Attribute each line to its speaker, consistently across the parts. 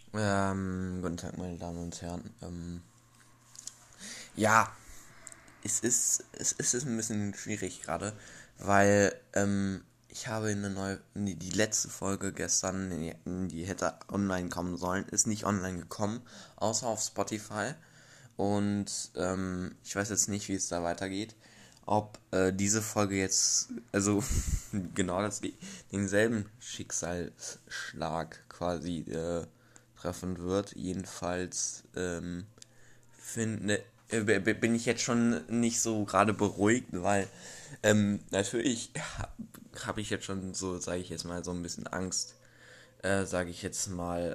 Speaker 1: Guten Tag, meine Damen und Herren. Ja, es ist ein bisschen schwierig gerade, weil ich habe die letzte Folge gestern, die hätte online kommen sollen, ist nicht online gekommen, außer auf Spotify. Und ich weiß jetzt nicht, wie es da weitergeht. Ob diese Folge jetzt, also genau denselben Schicksalsschlag quasi treffen wird. Jedenfalls bin ich jetzt schon nicht so gerade beruhigt, weil natürlich habe ich jetzt schon so, sage ich jetzt mal, so ein bisschen Angst, sage ich jetzt mal,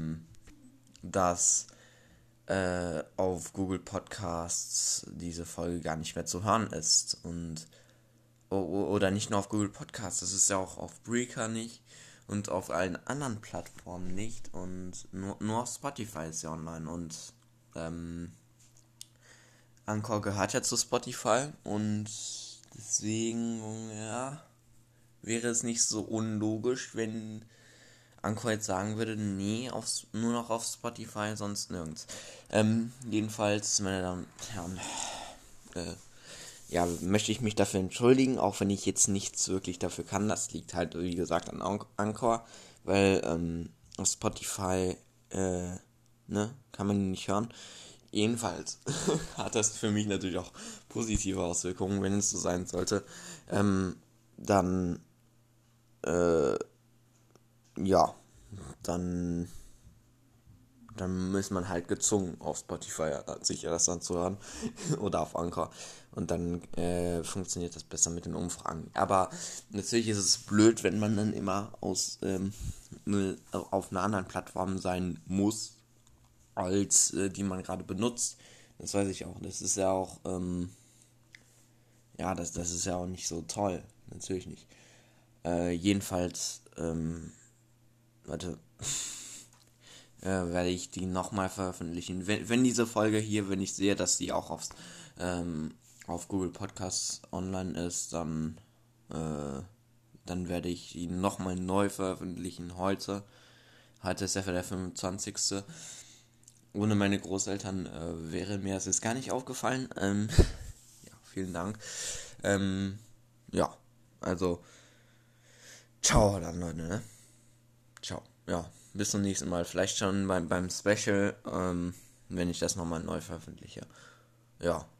Speaker 1: dass auf Google Podcasts diese Folge gar nicht mehr zu hören ist. Und oder nicht nur auf Google Podcasts, das ist ja auch auf Breaker nicht und auf allen anderen Plattformen nicht und nur auf Spotify ist ja online und ähm, Anchor gehört ja zu Spotify und deswegen, ja, wäre es nicht so unlogisch, wenn Anchor jetzt sagen würde, nee, nur noch auf Spotify, sonst nirgends. Jedenfalls, meine Damen und Herren, ja, möchte ich mich dafür entschuldigen, auch wenn ich jetzt nichts wirklich dafür kann. Das liegt halt, wie gesagt, an Anchor, weil auf Spotify, kann man ihn nicht hören. Jedenfalls hat das für mich natürlich auch positive Auswirkungen, wenn es so sein sollte. Dann, ja, dann ist man halt gezwungen, auf Spotify sich das dann zu hören oder auf Anchor. Und dann funktioniert das besser mit den Umfragen. Aber natürlich ist es blöd, wenn man dann immer auf einer anderen Plattform sein muss, als die man gerade benutzt. Das weiß ich auch. Das ist ja auch, das ist ja auch nicht so toll. Natürlich nicht. Jedenfalls, warte, werde ich die nochmal veröffentlichen. Wenn diese Folge hier, wenn ich sehe, dass die auch auf Google Podcasts online ist, dann werde ich die nochmal neu veröffentlichen heute. Heute ist ja der 25. Ohne meine Großeltern wäre mir das jetzt gar nicht aufgefallen. Ja, vielen Dank. Ja, also, ciao dann, Leute, ne? Ciao. Ja, bis zum nächsten Mal. Vielleicht schon beim Special, wenn ich das nochmal neu veröffentliche. Ja.